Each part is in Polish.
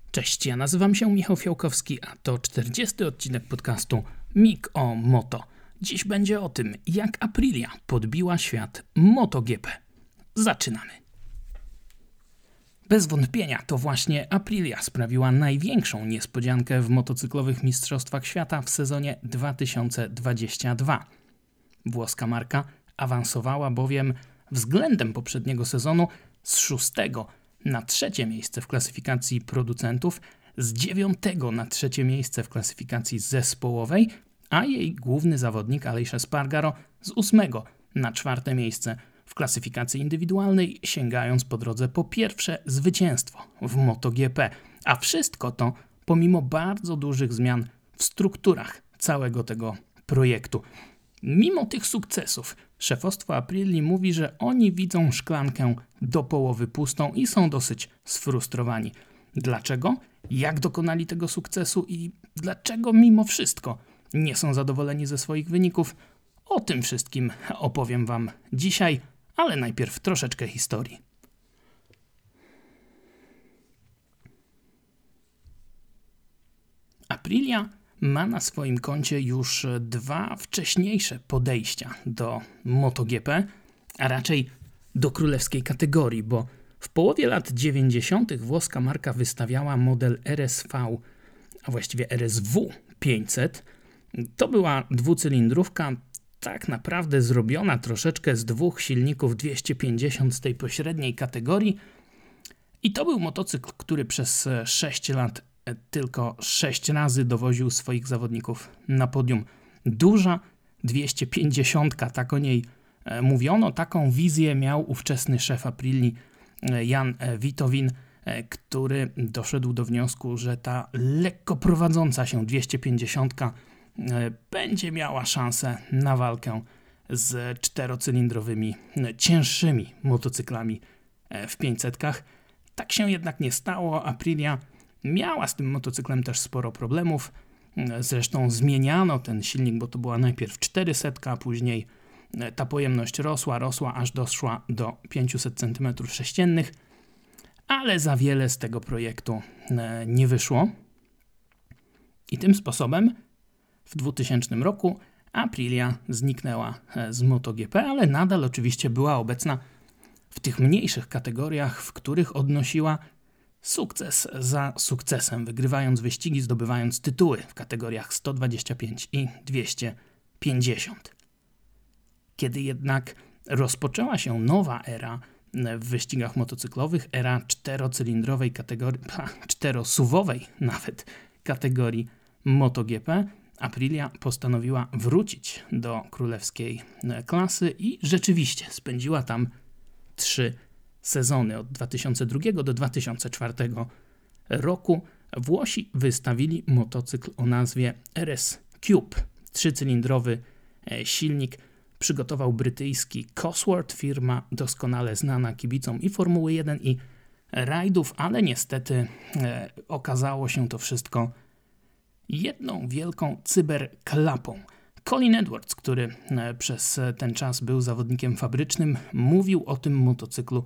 Cześć, ja nazywam się Michał Fiałkowski, a to 40. odcinek podcastu MIG o Moto. Dziś będzie o tym, jak Aprilia podbiła świat MotoGP. Zaczynamy. Bez wątpienia to właśnie Aprilia sprawiła największą niespodziankę w motocyklowych mistrzostwach świata w sezonie 2022. Włoska marka awansowała bowiem względem poprzedniego sezonu z 6. na 3. miejsce w klasyfikacji producentów, z 9. na 3. miejsce w klasyfikacji zespołowej, a jej główny zawodnik Aleix Espargaro z 8. na 4. miejsce w klasyfikacji indywidualnej, sięgając po drodze po pierwsze zwycięstwo w MotoGP. A wszystko to pomimo bardzo dużych zmian w strukturach całego tego projektu. Mimo tych sukcesów szefostwo Aprilii mówi, że oni widzą szklankę do połowy pustą i są dosyć sfrustrowani. Dlaczego? Jak dokonali tego sukcesu i dlaczego mimo wszystko nie są zadowoleni ze swoich wyników? O tym wszystkim opowiem Wam dzisiaj, ale najpierw troszeczkę historii. Aprilia ma na swoim koncie już 2 wcześniejsze podejścia do MotoGP, a raczej do królewskiej kategorii, bo w połowie lat 90. włoska marka wystawiała model RSV, a właściwie RSW 500. To była dwucylindrówka tak naprawdę zrobiona troszeczkę z 2 silników 250 z tej pośredniej kategorii i to był motocykl, który przez 6 lat tylko 6 razy dowoził swoich zawodników na podium. Duża 250, tak o niej mówiono. Taką wizję miał ówczesny szef Aprilii Jan Witowin, który doszedł do wniosku, że ta lekko prowadząca się 250 będzie miała szansę na walkę z 4-cylindrowymi, cięższymi motocyklami w 500-kach. Tak się jednak nie stało. Aprilia miała z tym motocyklem też sporo problemów. Zresztą zmieniano ten silnik, bo to była najpierw 400, a później ta pojemność rosła, aż doszła do 500 cm3, ale za wiele z tego projektu nie wyszło. I tym sposobem w 2000 roku Aprilia zniknęła z MotoGP, ale nadal oczywiście była obecna w tych mniejszych kategoriach, w których odnosiła sukces za sukcesem, wygrywając wyścigi, zdobywając tytuły w kategoriach 125 i 250. Kiedy jednak rozpoczęła się nowa era w wyścigach motocyklowych, era 4-cylindrowej kategorii, 4-suwowej nawet kategorii MotoGP, Aprilia postanowiła wrócić do królewskiej klasy i rzeczywiście spędziła tam 3 sezony. Od 2002 do 2004 roku Włosi wystawili motocykl o nazwie RS Cube. 3-cylindrowy silnik przygotował brytyjski Cosworth, firma doskonale znana kibicom i Formuły 1 i rajdów, ale niestety okazało się to wszystko jedną wielką cyberklapą. Colin Edwards, który przez ten czas był zawodnikiem fabrycznym, mówił o tym motocyklu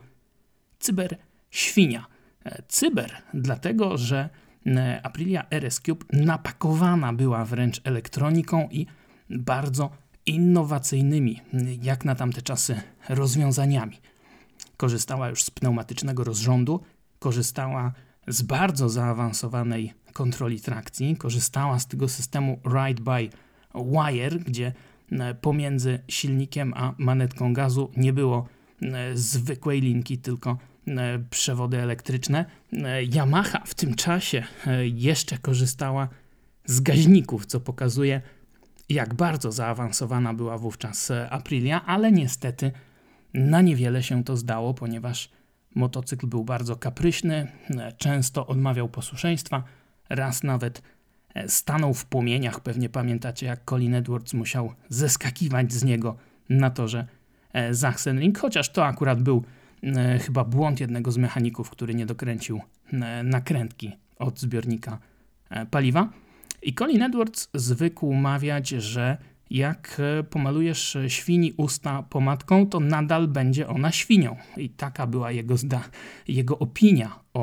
cyberświnia. Cyber dlatego, że Aprilia RS Cube napakowana była wręcz elektroniką i bardzo innowacyjnymi, jak na tamte czasy, rozwiązaniami. Korzystała już z pneumatycznego rozrządu, korzystała z bardzo zaawansowanej kontroli trakcji, korzystała z tego systemu ride-by-wire, gdzie pomiędzy silnikiem a manetką gazu nie było zwykłej linki, tylko przewody elektryczne. Yamaha w tym czasie jeszcze korzystała z gaźników, co pokazuje, jak bardzo zaawansowana była wówczas Aprilia, ale niestety na niewiele się to zdało, ponieważ motocykl był bardzo kapryśny, często odmawiał posłuszeństwa, raz nawet stanął w płomieniach. Pewnie pamiętacie, jak Colin Edwards musiał zeskakiwać z niego na torze Sachsenring, chociaż to akurat był chyba błąd jednego z mechaników, który nie dokręcił nakrętki od zbiornika paliwa. I Colin Edwards zwykł mawiać, że jak pomalujesz świni usta pomadką, to nadal będzie ona świnią. I taka była jego opinia o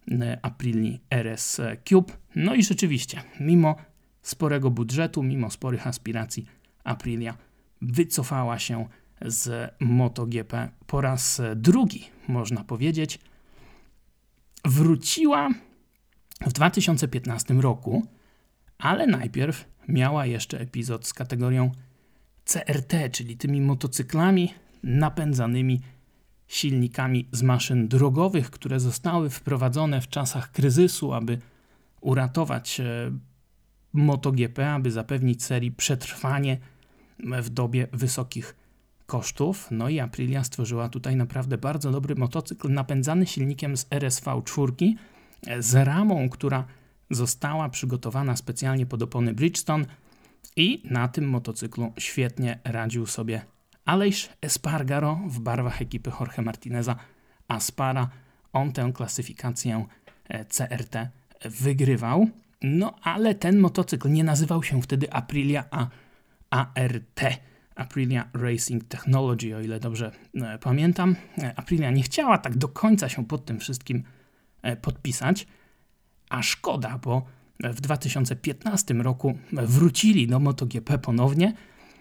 Aprilii RS Cube. No i rzeczywiście, mimo sporego budżetu, mimo sporych aspiracji, Aprilia wycofała się z MotoGP po raz drugi, można powiedzieć. Wróciła w 2015 roku, ale najpierw miała jeszcze epizod z kategorią CRT, czyli tymi motocyklami napędzanymi silnikami z maszyn drogowych, które zostały wprowadzone w czasach kryzysu, aby uratować MotoGP, aby zapewnić serii przetrwanie w dobie wysokich kosztów. No i Aprilia stworzyła tutaj naprawdę bardzo dobry motocykl napędzany silnikiem z RSV4 z ramą, która została przygotowana specjalnie pod opony Bridgestone i na tym motocyklu świetnie radził sobie Aleix Espargaro w barwach ekipy Jorge Martineza Aspara. On tę klasyfikację CRT wygrywał. No ale ten motocykl nie nazywał się wtedy Aprilia, a ART. Aprilia Racing Technology, o ile dobrze pamiętam. Aprilia nie chciała tak do końca się pod tym wszystkim podpisać, a szkoda, bo w 2015 roku wrócili do MotoGP ponownie.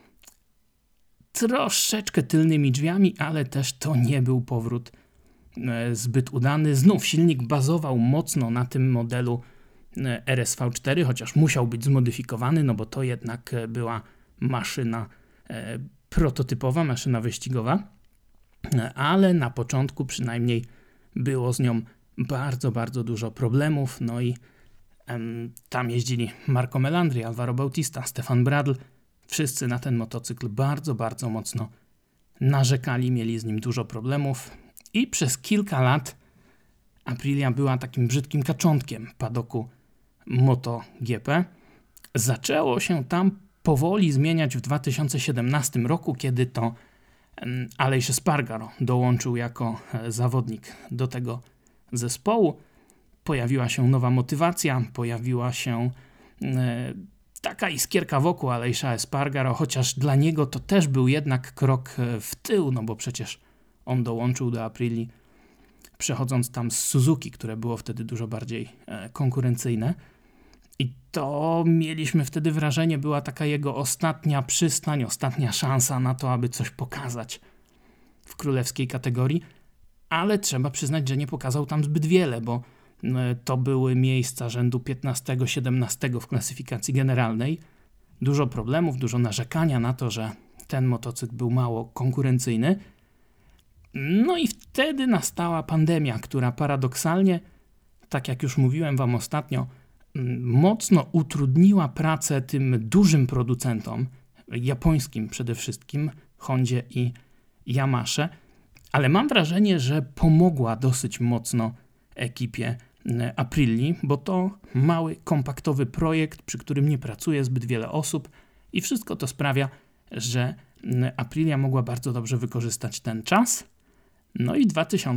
Troszeczkę tylnymi drzwiami, ale też to nie był powrót zbyt udany. Znów silnik bazował mocno na tym modelu RSV4, chociaż musiał być zmodyfikowany, no bo to jednak była maszyna prototypowa, maszyna wyścigowa, ale na początku przynajmniej było z nią bardzo, bardzo dużo problemów. No i tam jeździli Marco Melandri, Alvaro Bautista, Stefan Bradl. Wszyscy na ten motocykl bardzo, bardzo mocno narzekali, mieli z nim dużo problemów i przez kilka lat Aprilia była takim brzydkim kaczątkiem padoku MotoGP. Zaczęło się tam powoli zmieniać w 2017 roku, kiedy to Aleix Espargaro dołączył jako zawodnik do tego zespołu. Pojawiła się nowa motywacja, pojawiła się taka iskierka wokół Alexa Espargaro, chociaż dla niego to też był jednak krok w tył, no bo przecież on dołączył do Aprilii, przechodząc tam z Suzuki, które było wtedy dużo bardziej konkurencyjne. I to mieliśmy wtedy wrażenie, była taka jego ostatnia przystań, ostatnia szansa na to, aby coś pokazać w królewskiej kategorii, ale trzeba przyznać, że nie pokazał tam zbyt wiele, bo to były miejsca rzędu 15-17 w klasyfikacji generalnej. Dużo problemów, dużo narzekania na to, że ten motocykl był mało konkurencyjny. No i wtedy nastała pandemia, która paradoksalnie, tak jak już mówiłem wam ostatnio, mocno utrudniła pracę tym dużym producentom, japońskim przede wszystkim, Hondzie i Yamasze, ale mam wrażenie, że pomogła dosyć mocno ekipie Aprilii, bo to mały, kompaktowy projekt, przy którym nie pracuje zbyt wiele osób i wszystko to sprawia, że Aprilia mogła bardzo dobrze wykorzystać ten czas. No i w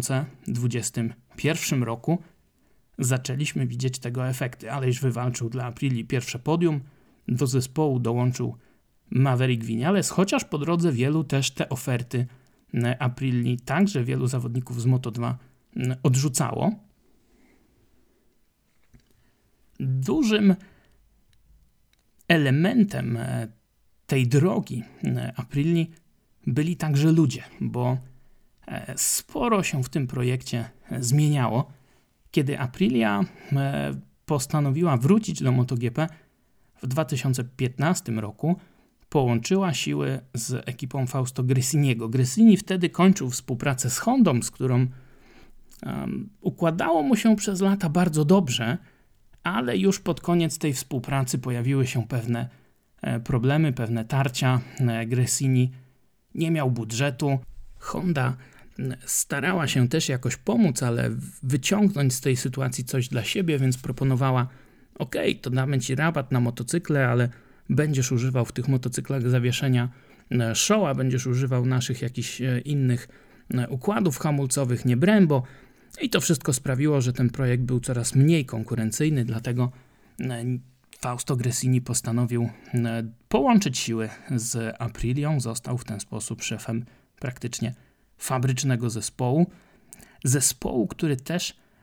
2021 roku zaczęliśmy widzieć tego efekty. Aleix wywalczył dla Aprilii pierwsze podium, do zespołu dołączył Maverick Viñales, chociaż po drodze wielu też te oferty Aprilii, także wielu zawodników z Moto2 odrzucało. Dużym elementem tej drogi Aprilii byli także ludzie, bo sporo się w tym projekcie zmieniało. Kiedy Aprilia postanowiła wrócić do MotoGP w 2015 roku, połączyła siły z ekipą Fausto Gresiniego. Gresini wtedy kończył współpracę z Hondą, z którą układało mu się przez lata bardzo dobrze, ale już pod koniec tej współpracy pojawiły się pewne problemy, pewne tarcia. Gresini nie miał budżetu. Honda starała się też jakoś pomóc, ale wyciągnąć z tej sytuacji coś dla siebie, więc proponowała: OK, to damy ci rabat na motocykle, ale będziesz używał w tych motocyklach zawieszenia Showa, będziesz używał naszych jakichś innych układów hamulcowych, nie Brembo. I to wszystko sprawiło, że ten projekt był coraz mniej konkurencyjny, dlatego Fausto Gresini postanowił połączyć siły z Aprilią. Został w ten sposób szefem praktycznie fabrycznego zespołu. Zespołu, który też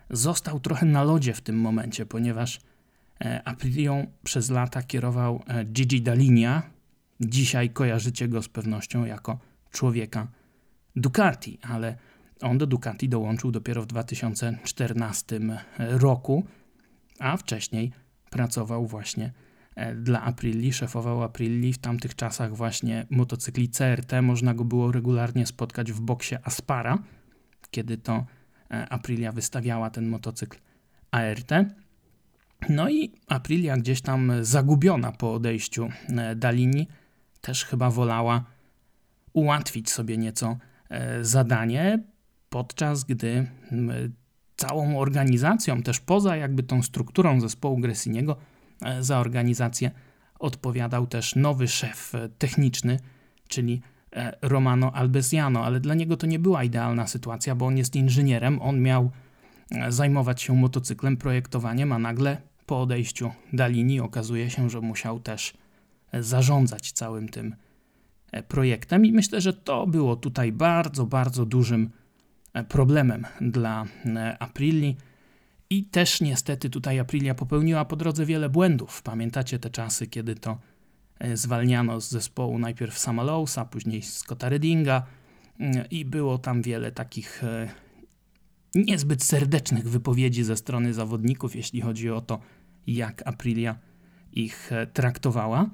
został trochę na lodzie w tym momencie, ponieważ Aprilią przez lata kierował Gigi Dall'Igna. Dzisiaj kojarzycie go z pewnością jako człowieka Ducati, ale on do Ducati dołączył dopiero w 2014 roku, a wcześniej pracował właśnie dla Aprilii, szefował Aprilii. W tamtych czasach właśnie motocykli CRT można go było regularnie spotkać w boksie Aspara, kiedy to Aprilia wystawiała ten motocykl ART. No i Aprilia gdzieś tam zagubiona po odejściu Dall'Igni też chyba wolała ułatwić sobie nieco zadanie, podczas gdy całą organizacją, też poza jakby tą strukturą zespołu Gresiniego, za organizację odpowiadał też nowy szef techniczny, czyli Romano Albesiano, ale dla niego to nie była idealna sytuacja, bo on jest inżynierem, on miał zajmować się motocyklem, projektowaniem, a nagle po odejściu Dall'Igni okazuje się, że musiał też zarządzać całym tym projektem i myślę, że to było tutaj bardzo, bardzo dużym problemem dla Aprilii i też niestety tutaj Aprilia popełniła po drodze wiele błędów. Pamiętacie te czasy, kiedy to zwalniano z zespołu najpierw Sama Lowesa, później Scotta Reddinga i było tam wiele takich niezbyt serdecznych wypowiedzi ze strony zawodników, jeśli chodzi o to, jak Aprilia ich traktowała.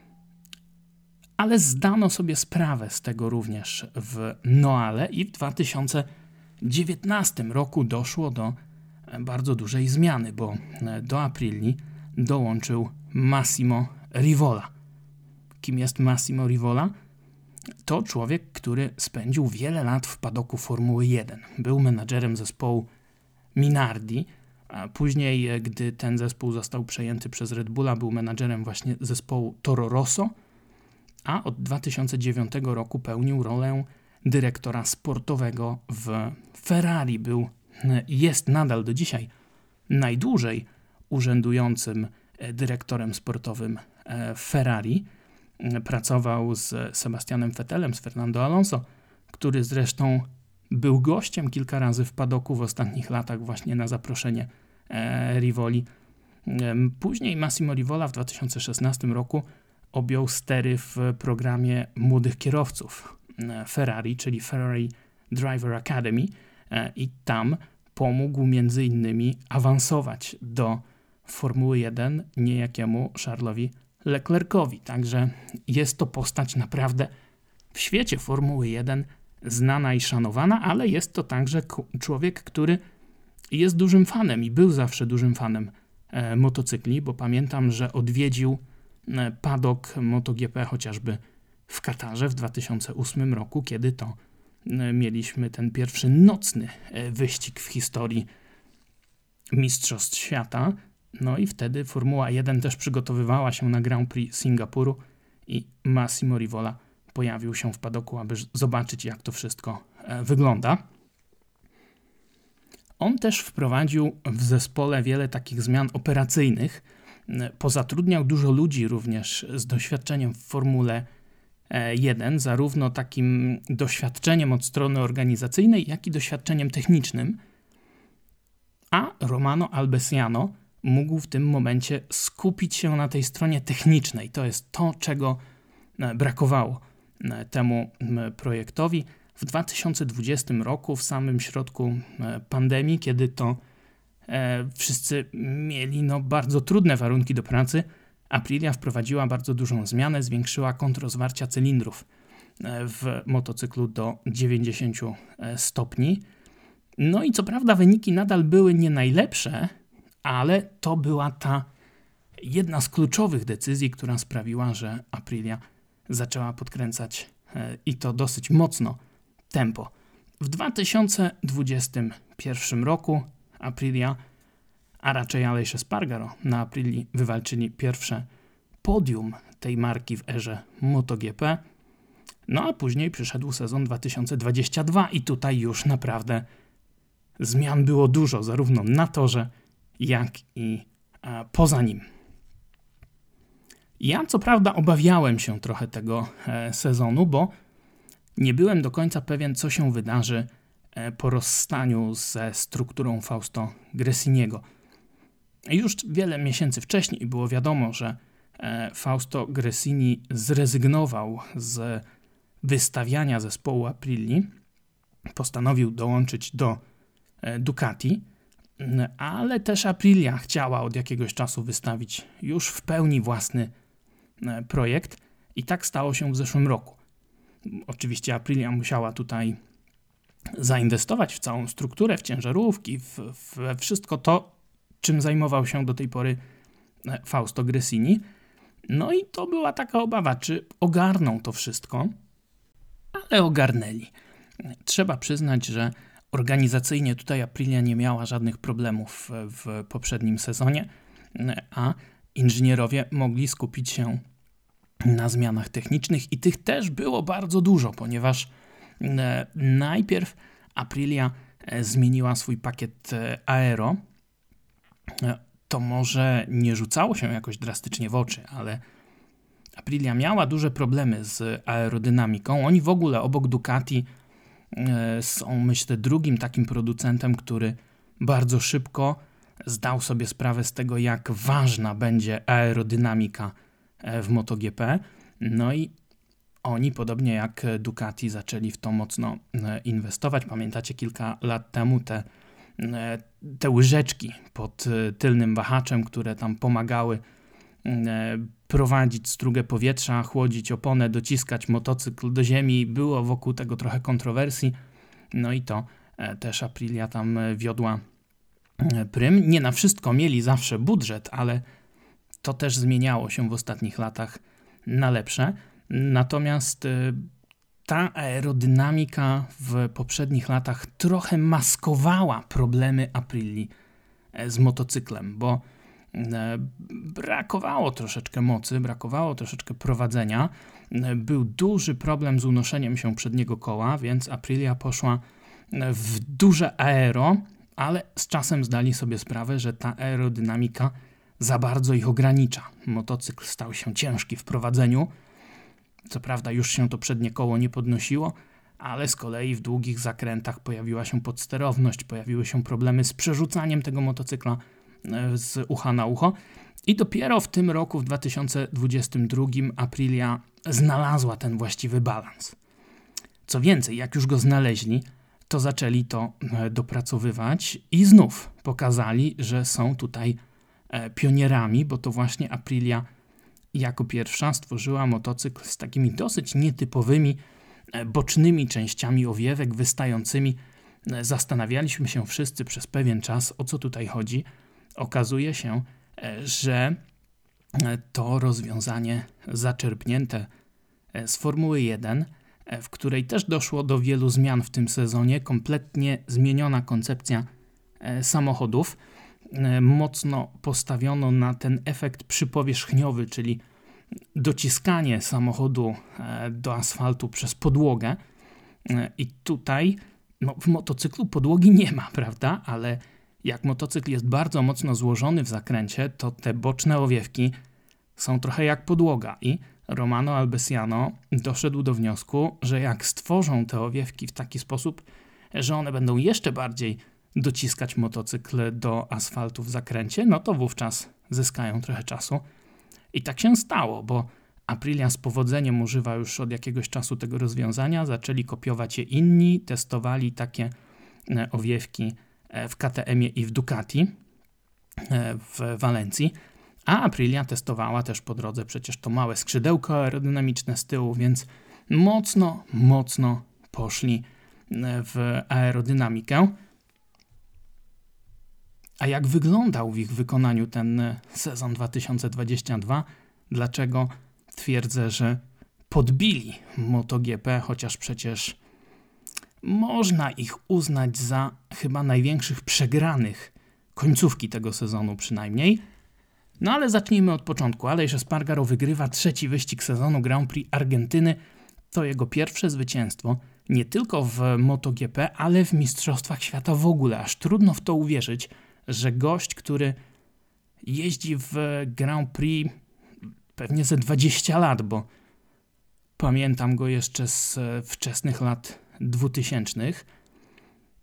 Ale zdano sobie sprawę z tego również w Noale i w 2019 roku doszło do bardzo dużej zmiany, bo do Aprilii dołączył Massimo Rivola. Kim jest Massimo Rivola? To człowiek, który spędził wiele lat w padoku Formuły 1. Był menadżerem zespołu Minardi, a później, gdy ten zespół został przejęty przez Red Bulla, był menadżerem właśnie zespołu Toro Rosso, a od 2009 roku pełnił rolę dyrektora sportowego w Ferrari. Jest nadal do dzisiaj najdłużej urzędującym dyrektorem sportowym Ferrari. Pracował z Sebastianem Vettelem, z Fernando Alonso, który zresztą był gościem kilka razy w padoku w ostatnich latach właśnie na zaproszenie Rivoli. Później Massimo Rivola w 2016 roku objął stery w programie młodych kierowców Ferrari, czyli Ferrari Driver Academy i tam pomógł między innymi awansować do Formuły 1 niejakiemu Charlesowi Leclercowi. Także jest to postać naprawdę w świecie Formuły 1 znana i szanowana, ale jest to także człowiek, który jest dużym fanem i był zawsze dużym fanem motocykli, bo pamiętam, że odwiedził padok MotoGP chociażby w Katarze w 2008 roku, kiedy to mieliśmy ten pierwszy nocny wyścig w historii Mistrzostw Świata. No i wtedy Formuła 1 też przygotowywała się na Grand Prix Singapuru i Massimo Rivola pojawił się w padoku, aby zobaczyć, jak to wszystko wygląda. On też wprowadził w zespole wiele takich zmian operacyjnych. Pozatrudniał dużo ludzi również z doświadczeniem w Formule 1, zarówno takim doświadczeniem od strony organizacyjnej, jak i doświadczeniem technicznym. A Romano Albesiano mógł w tym momencie skupić się na tej stronie technicznej. To jest to, czego brakowało temu projektowi. W 2020 roku, w samym środku pandemii, kiedy to wszyscy mieli bardzo trudne warunki do pracy, Aprilia wprowadziła bardzo dużą zmianę, zwiększyła kąt rozwarcia cylindrów w motocyklu do 90 stopni. No i co prawda wyniki nadal były nie najlepsze, ale to była ta jedna z kluczowych decyzji, która sprawiła, że Aprilia zaczęła podkręcać i to dosyć mocno tempo. W 2021 roku Aprilia, a raczej Aleix Espargaro na Aprilii wywalczyli pierwsze podium tej marki w erze MotoGP. No a później przyszedł sezon 2022 i tutaj już naprawdę zmian było dużo, zarówno na torze, jak i poza nim. Ja co prawda obawiałem się trochę tego sezonu, bo nie byłem do końca pewien, co się wydarzy po rozstaniu ze strukturą Fausto Gresiniego. Już wiele miesięcy wcześniej było wiadomo, że Fausto Gresini zrezygnował z wystawiania zespołu Aprilii, postanowił dołączyć do Ducati, ale też Aprilia chciała od jakiegoś czasu wystawić już w pełni własny projekt i tak stało się w zeszłym roku. Oczywiście Aprilia musiała tutaj zainwestować w całą strukturę, w ciężarówki, we wszystko to, czym zajmował się do tej pory Fausto Gresini. No i to była taka obawa, czy ogarną to wszystko, ale ogarnęli. Trzeba przyznać, że organizacyjnie tutaj Aprilia nie miała żadnych problemów w poprzednim sezonie, a inżynierowie mogli skupić się na zmianach technicznych i tych też było bardzo dużo, ponieważ najpierw Aprilia zmieniła swój pakiet aero. To może nie rzucało się jakoś drastycznie w oczy, ale Aprilia miała duże problemy z aerodynamiką. Oni w ogóle obok Ducati są, myślę, drugim takim producentem, który bardzo szybko zdał sobie sprawę z tego, jak ważna będzie aerodynamika w MotoGP. No i oni, podobnie jak Ducati, zaczęli w to mocno inwestować. Pamiętacie, kilka lat temu te łyżeczki pod tylnym wahaczem, które tam pomagały prowadzić strugę powietrza, chłodzić oponę, dociskać motocykl do ziemi. Było wokół tego trochę kontrowersji. No i to też Aprilia tam wiodła prym. Nie na wszystko mieli zawsze budżet, ale to też zmieniało się w ostatnich latach na lepsze. Natomiast ta aerodynamika w poprzednich latach trochę maskowała problemy Aprilii z motocyklem, bo brakowało troszeczkę mocy, brakowało troszeczkę prowadzenia. Był duży problem z unoszeniem się przedniego koła, więc Aprilia poszła w duże aero, ale z czasem zdali sobie sprawę, że ta aerodynamika za bardzo ich ogranicza. Motocykl stał się ciężki w prowadzeniu. Co prawda już się to przednie koło nie podnosiło, ale z kolei w długich zakrętach pojawiła się podsterowność, pojawiły się problemy z przerzucaniem tego motocykla z ucha na ucho. I dopiero w tym roku, w 2022, Aprilia znalazła ten właściwy balans. Co więcej, jak już go znaleźli, to zaczęli to dopracowywać i znów pokazali, że są tutaj pionierami, bo to właśnie Aprilia jako pierwsza stworzyła motocykl z takimi dosyć nietypowymi, bocznymi częściami owiewek wystającymi. Zastanawialiśmy się wszyscy przez pewien czas, o co tutaj chodzi. Okazuje się, że to rozwiązanie zaczerpnięte z Formuły 1, w której też doszło do wielu zmian w tym sezonie, kompletnie zmieniona koncepcja samochodów. Mocno postawiono na ten efekt przypowierzchniowy, czyli dociskanie samochodu do asfaltu przez podłogę. I tutaj w motocyklu podłogi nie ma, prawda? Ale jak motocykl jest bardzo mocno złożony w zakręcie, to te boczne owiewki są trochę jak podłoga i Romano Albesiano doszedł do wniosku, że jak stworzą te owiewki w taki sposób, że one będą jeszcze bardziej dociskać motocykl do asfaltu w zakręcie, no to wówczas zyskają trochę czasu. I tak się stało, bo Aprilia z powodzeniem używa już od jakiegoś czasu tego rozwiązania, zaczęli kopiować je inni, testowali takie owiewki w KTM-ie i w Ducati w Walencji, a Aprilia testowała też po drodze przecież to małe skrzydełko aerodynamiczne z tyłu, więc mocno poszli w aerodynamikę. A jak wyglądał w ich wykonaniu ten sezon 2022? Dlaczego twierdzę, że podbili MotoGP, chociaż przecież można ich uznać za chyba największych przegranych końcówki tego sezonu przynajmniej. No ale zacznijmy od początku. Aleix Espargaro wygrywa trzeci wyścig sezonu Grand Prix Argentyny. To jego pierwsze zwycięstwo nie tylko w MotoGP, ale w Mistrzostwach Świata w ogóle. Aż trudno w to uwierzyć, że gość, który jeździ w Grand Prix pewnie ze 20 lat, bo pamiętam go jeszcze z wczesnych lat 2000,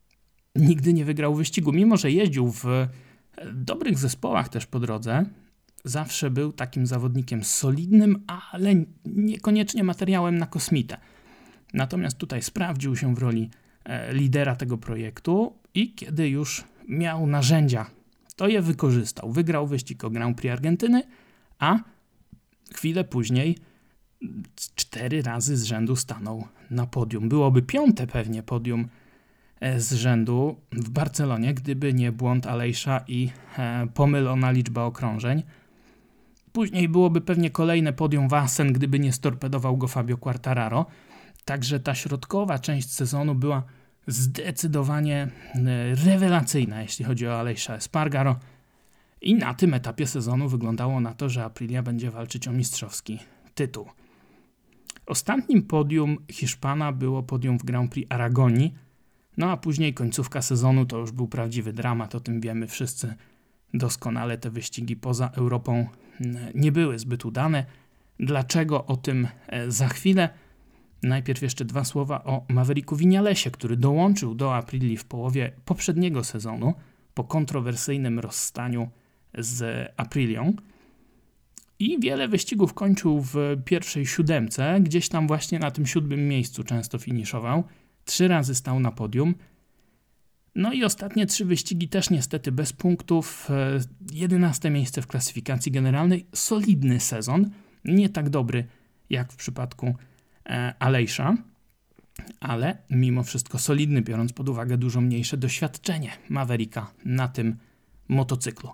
nigdy nie wygrał wyścigu, mimo że jeździł w dobrych zespołach też po drodze. Zawsze był takim zawodnikiem solidnym, ale niekoniecznie materiałem na kosmitę. Natomiast tutaj sprawdził się w roli lidera tego projektu i kiedy już miał narzędzia, to je wykorzystał. Wygrał wyścig o Grand Prix Argentyny, a chwilę później 4 razy z rzędu stanął na podium. Byłoby 5. pewnie podium z rzędu w Barcelonie, gdyby nie błąd Aleix'a i pomylona liczba okrążeń. Później byłoby pewnie kolejne podium w Assen, gdyby nie storpedował go Fabio Quartararo. Także ta środkowa część sezonu była zdecydowanie rewelacyjna, jeśli chodzi o Aleix'a Espargaro. I na tym etapie sezonu wyglądało na to, że Aprilia będzie walczyć o mistrzowski tytuł. Ostatnim podium Hiszpana było podium w Grand Prix Aragonii, no a później końcówka sezonu to już był prawdziwy dramat, o tym wiemy wszyscy doskonale. Te wyścigi poza Europą nie były zbyt udane. Dlaczego? O tym za chwilę. Najpierw jeszcze 2 słowa o Mavericku Vinalesie, który dołączył do Aprilii w połowie poprzedniego sezonu po kontrowersyjnym rozstaniu z Aprilią i wiele wyścigów kończył w pierwszej 7, gdzieś tam właśnie na tym 7. miejscu często finiszował. 3 razy stał na podium. No i ostatnie 3 wyścigi też niestety bez punktów. 11. miejsce w klasyfikacji generalnej. Solidny sezon. Nie tak dobry jak w przypadku Aleix'a, ale mimo wszystko solidny, biorąc pod uwagę dużo mniejsze doświadczenie Mavericka na tym motocyklu.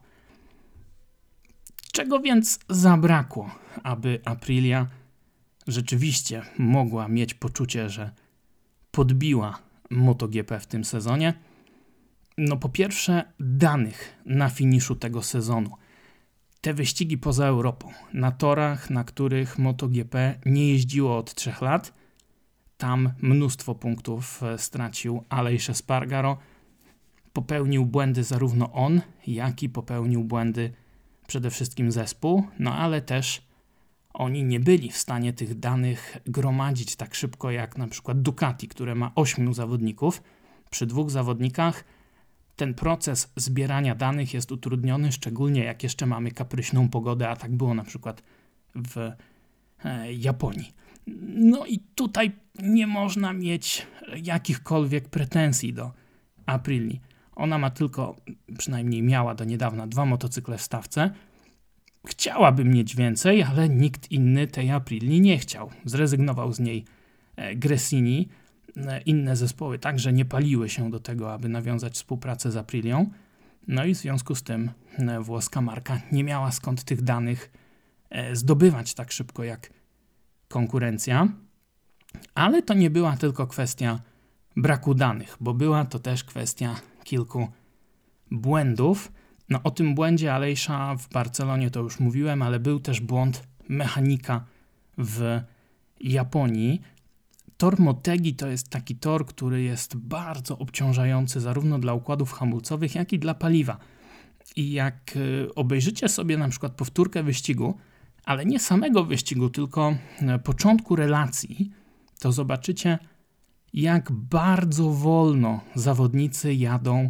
Czego więc zabrakło, aby Aprilia rzeczywiście mogła mieć poczucie, że podbiła MotoGP w tym sezonie? No po pierwsze danych na finiszu tego sezonu. Te wyścigi poza Europą, na torach, na których MotoGP nie jeździło od 3 lat, tam mnóstwo punktów stracił Aleix Espargaro. Popełnił błędy zarówno on, jak i popełnił błędy przede wszystkim zespół, no ale też oni nie byli w stanie tych danych gromadzić tak szybko jak na przykład Ducati, które ma 8 zawodników. Przy 2 zawodnikach ten proces zbierania danych jest utrudniony, szczególnie jak jeszcze mamy kapryśną pogodę, a tak było na przykład w Japonii. No i tutaj nie można mieć jakichkolwiek pretensji do Aprilii. Ona ma tylko, przynajmniej miała do niedawna, 2 motocykle w stawce. Chciałaby mieć więcej, ale nikt inny tej Aprilii nie chciał. Zrezygnował z niej Gresini. Inne zespoły także nie paliły się do tego, aby nawiązać współpracę z Aprilią. No i w związku z tym włoska marka nie miała skąd tych danych zdobywać tak szybko jak konkurencja. Ale to nie była tylko kwestia braku danych, bo była to też kwestia kilku błędów. No o tym błędzie Aleix'a w Barcelonie to już mówiłem, ale był też błąd mechanika w Japonii. Tor Motegi to jest taki tor, który jest bardzo obciążający zarówno dla układów hamulcowych, jak i dla paliwa. I jak obejrzycie sobie na przykład powtórkę wyścigu, ale nie samego wyścigu, tylko początku relacji, to zobaczycie, jak bardzo wolno zawodnicy jadą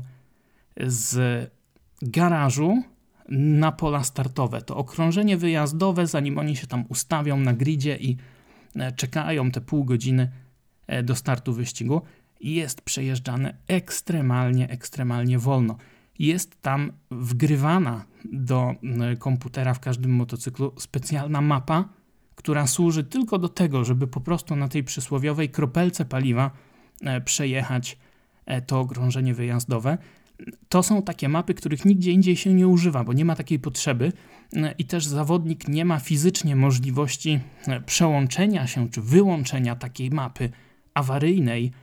z garażu na pola startowe. To okrążenie wyjazdowe, zanim oni się tam ustawią na gridzie i czekają te pół godziny do startu wyścigu, jest przejeżdżane ekstremalnie wolno. Jest tam wgrywana do komputera w każdym motocyklu specjalna mapa, która służy tylko do tego, żeby po prostu na tej przysłowiowej kropelce paliwa przejechać to okrążenie wyjazdowe. To są takie mapy, których nigdzie indziej się nie używa, bo nie ma takiej potrzeby i też zawodnik nie ma fizycznie możliwości przełączenia się czy wyłączenia takiej mapy awaryjnej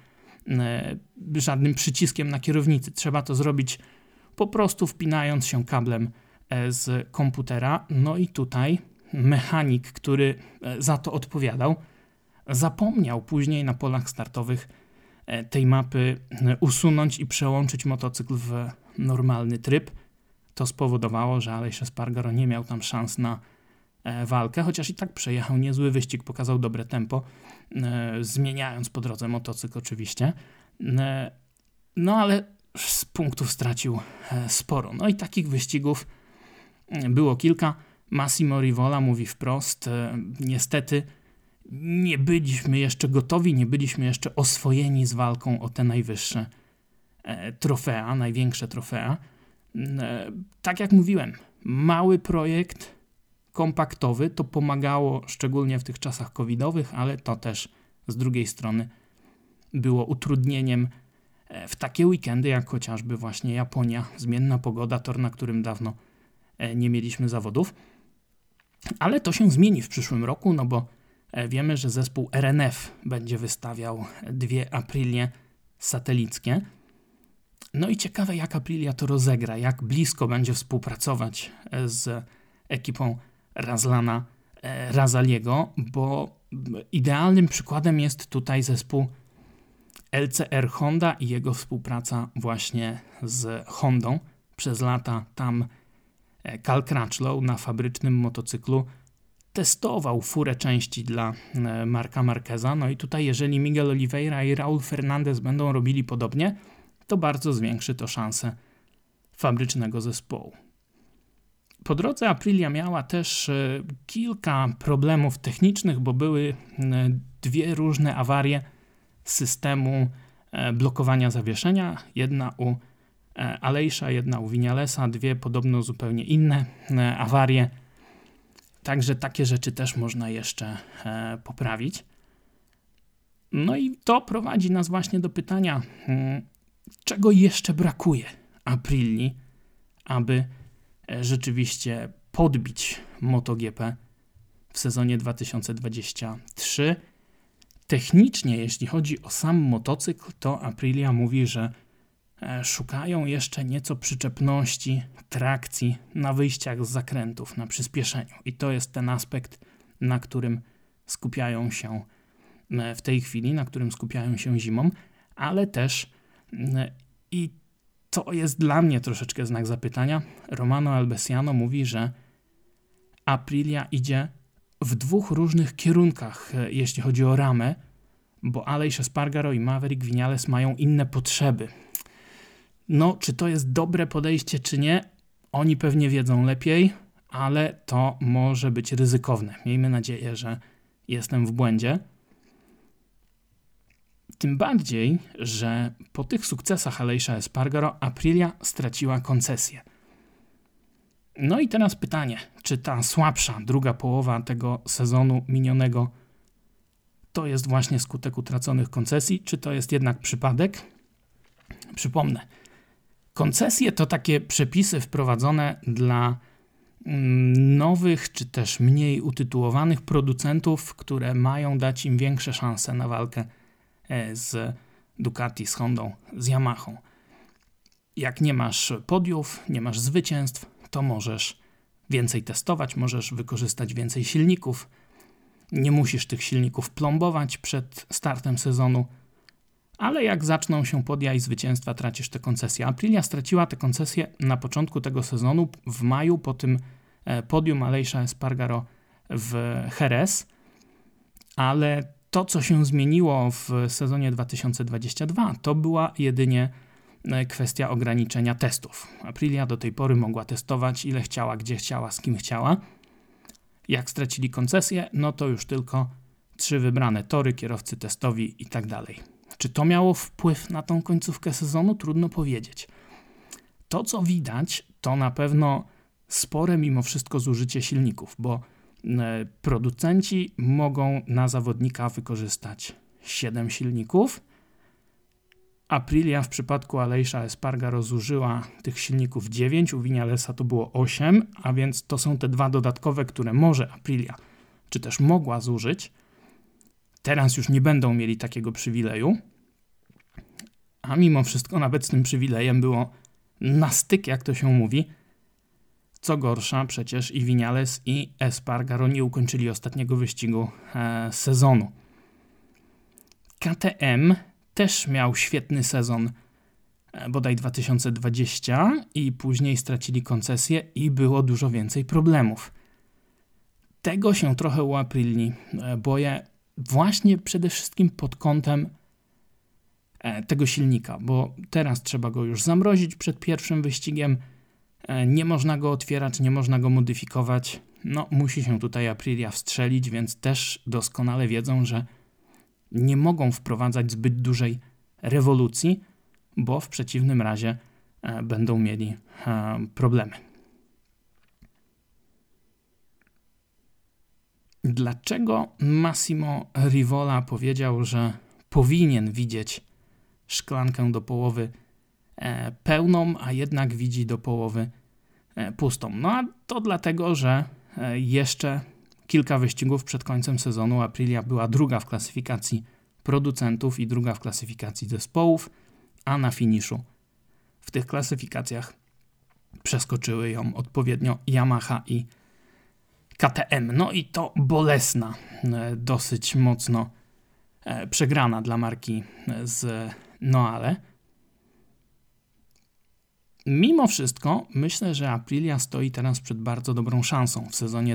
żadnym przyciskiem na kierownicy. Trzeba to zrobić po prostu wpinając się kablem z komputera. No i tutaj mechanik, który za to odpowiadał, zapomniał później na polach startowych tej mapy usunąć i przełączyć motocykl w normalny tryb. To spowodowało, że Aleix Espargaro nie miał tam szans na walkę, chociaż i tak przejechał niezły wyścig, pokazał dobre tempo, zmieniając po drodze motocykl oczywiście. No ale z punktów stracił sporo. No i takich wyścigów było kilka. Massimo Rivola mówi wprost, niestety nie byliśmy jeszcze gotowi, nie byliśmy jeszcze oswojeni z walką o te najwyższe trofea, największe trofea. Tak jak mówiłem, mały projekt, kompaktowy, to pomagało szczególnie w tych czasach covidowych, ale to też z drugiej strony było utrudnieniem w takie weekendy, jak chociażby właśnie Japonia, zmienna pogoda, tor, na którym dawno nie mieliśmy zawodów. Ale to się zmieni w przyszłym roku, no bo wiemy, że zespół RNF będzie wystawiał 2 Aprilie satelickie. No i ciekawe, jak Aprilia to rozegra, jak blisko będzie współpracować z ekipą Razlana Razaliego, bo idealnym przykładem jest tutaj zespół LCR Honda i jego współpraca właśnie z Hondą. Przez lata tam Cal Crutchlow na fabrycznym motocyklu testował furę części dla Marca Marqueza. No i tutaj jeżeli Miguel Oliveira i Raul Fernandez będą robili podobnie, to bardzo zwiększy to szanse fabrycznego zespołu. Po drodze Aprilia miała też kilka problemów technicznych, bo były 2 różne awarie systemu blokowania zawieszenia. Jedna u Aleix'a, jedna u Vinalesa, 2 podobno zupełnie inne awarie. Także takie rzeczy też można jeszcze poprawić. No i to prowadzi nas właśnie do pytania, czego jeszcze brakuje Aprilii, aby rzeczywiście podbić MotoGP w sezonie 2023. Technicznie, jeśli chodzi o sam motocykl, to Aprilia mówi, że szukają jeszcze nieco przyczepności, trakcji na wyjściach z zakrętów, na przyspieszeniu. I to jest ten aspekt, na którym skupiają się w tej chwili, na którym skupiają się zimą, ale też i to jest dla mnie troszeczkę znak zapytania. Romano Albesiano mówi, że Aprilia idzie w 2 różnych kierunkach, jeśli chodzi o ramę, bo Aleix Espargaro i Maverick Viñales mają inne potrzeby. No, czy to jest dobre podejście, czy nie? Oni pewnie wiedzą lepiej, ale to może być ryzykowne. Miejmy nadzieję, że jestem w błędzie. Tym bardziej, że po tych sukcesach Aleix'a Espargaro Aprilia straciła koncesję. No i teraz pytanie, czy ta słabsza druga połowa tego sezonu minionego to jest właśnie skutek utraconych koncesji, czy to jest jednak przypadek? Przypomnę, koncesje to takie przepisy wprowadzone dla nowych, czy też mniej utytułowanych producentów, które mają dać im większe szanse na walkę z Ducati, z Hondą, z Yamahą. Jak nie masz podiów, nie masz zwycięstw, to możesz więcej testować, możesz wykorzystać więcej silników. Nie musisz tych silników plombować przed startem sezonu, ale jak zaczną się podia i zwycięstwa, tracisz te koncesje. Aprilia straciła te koncesje na początku tego sezonu, w maju, po tym podium Aleix'a Espargaro w Jerez, ale to, co się zmieniło w sezonie 2022, to była jedynie kwestia ograniczenia testów. Aprilia do tej pory mogła testować ile chciała, gdzie chciała, z kim chciała. Jak stracili koncesję, no to już tylko 3 wybrane tory, kierowcy testowi i tak dalej. Czy to miało wpływ na tą końcówkę sezonu? Trudno powiedzieć. To, co widać, to na pewno spore mimo wszystko zużycie silników, bo producenci mogą na zawodnika wykorzystać 7 silników. Aprilia w przypadku Aleix'a Espargaro zużyła tych silników 9, u Vinalesa to było 8, a więc to są te 2 dodatkowe, które może Aprilia, czy też mogła zużyć. Teraz już nie będą mieli takiego przywileju, a mimo wszystko nawet z tym przywilejem było na styk, jak to się mówi. Co gorsza, przecież i Viñales, i Espargaro nie ukończyli ostatniego wyścigu sezonu. KTM też miał świetny sezon, bodaj 2020, i później stracili koncesję i było dużo więcej problemów. Tego się trochę u Aprilii boję, właśnie przede wszystkim pod kątem tego silnika, bo teraz trzeba go już zamrozić przed pierwszym wyścigiem. Nie można go otwierać, nie można go modyfikować. No, musi się tutaj Aprilia wstrzelić, więc też doskonale wiedzą, że nie mogą wprowadzać zbyt dużej rewolucji, bo w przeciwnym razie będą mieli problemy. Dlaczego Massimo Rivola powiedział, że powinien widzieć szklankę do połowy pełną, a jednak widzi do połowy pustą? No a to dlatego, że jeszcze kilka wyścigów przed końcem sezonu Aprilia była druga w klasyfikacji producentów i druga w klasyfikacji zespołów, a na finiszu w tych klasyfikacjach przeskoczyły ją odpowiednio Yamaha i KTM. No i to bolesna, dosyć mocno przegrana dla marki z Noale. Mimo wszystko myślę, że Aprilia stoi teraz przed bardzo dobrą szansą w sezonie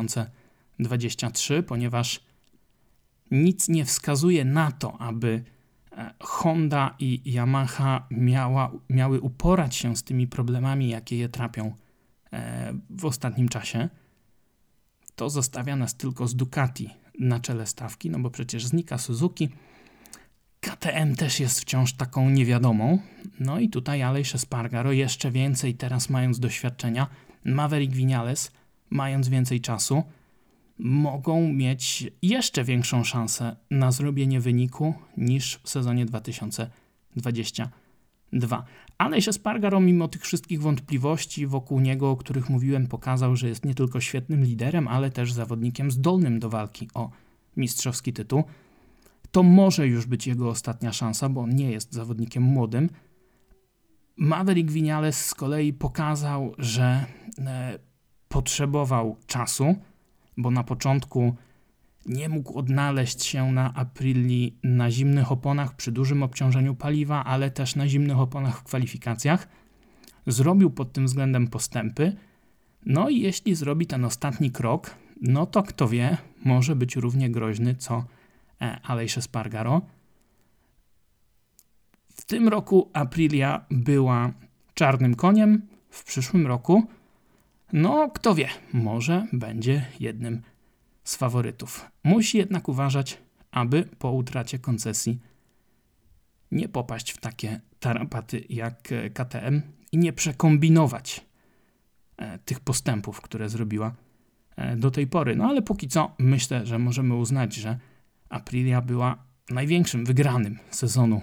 2023, ponieważ nic nie wskazuje na to, aby Honda i Yamaha miały uporać się z tymi problemami, jakie je trapią w ostatnim czasie. To zostawia nas tylko z Ducati na czele stawki, no bo przecież znika Suzuki. KTM też jest wciąż taką niewiadomą. No i tutaj Aleix Espargaro jeszcze więcej teraz mając doświadczenia. Maverick Viñales mając więcej czasu mogą mieć jeszcze większą szansę na zrobienie wyniku niż w sezonie 2022. Aleix Espargaro mimo tych wszystkich wątpliwości wokół niego, o których mówiłem, pokazał, że jest nie tylko świetnym liderem, ale też zawodnikiem zdolnym do walki o mistrzowski tytuł. To może już być jego ostatnia szansa, bo on nie jest zawodnikiem młodym. Maverick Viñales z kolei pokazał, że potrzebował czasu, bo na początku nie mógł odnaleźć się na Aprilii na zimnych oponach przy dużym obciążeniu paliwa, ale też na zimnych oponach w kwalifikacjach. Zrobił pod tym względem postępy. No i jeśli zrobi ten ostatni krok, no to kto wie, może być równie groźny co Aleix Espargaro. W tym roku Aprilia była czarnym koniem, w przyszłym roku, no kto wie, może będzie jednym z faworytów. Musi jednak uważać, aby po utracie koncesji nie popaść w takie tarapaty jak KTM i nie przekombinować tych postępów, które zrobiła do tej pory. No ale póki co myślę, że możemy uznać, że Aprilia była największym wygranym sezonu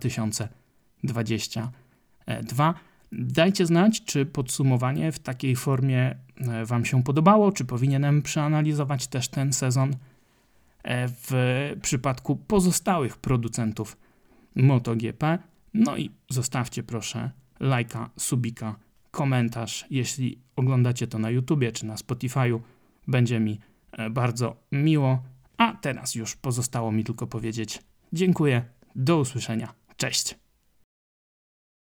2022. Dajcie znać, czy podsumowanie w takiej formie Wam się podobało, czy powinienem przeanalizować też ten sezon w przypadku pozostałych producentów MotoGP. No i zostawcie proszę lajka, subika, komentarz, jeśli oglądacie to na YouTubie czy na Spotify'u. Będzie mi bardzo miło. A teraz już pozostało mi tylko powiedzieć dziękuję, do usłyszenia, cześć.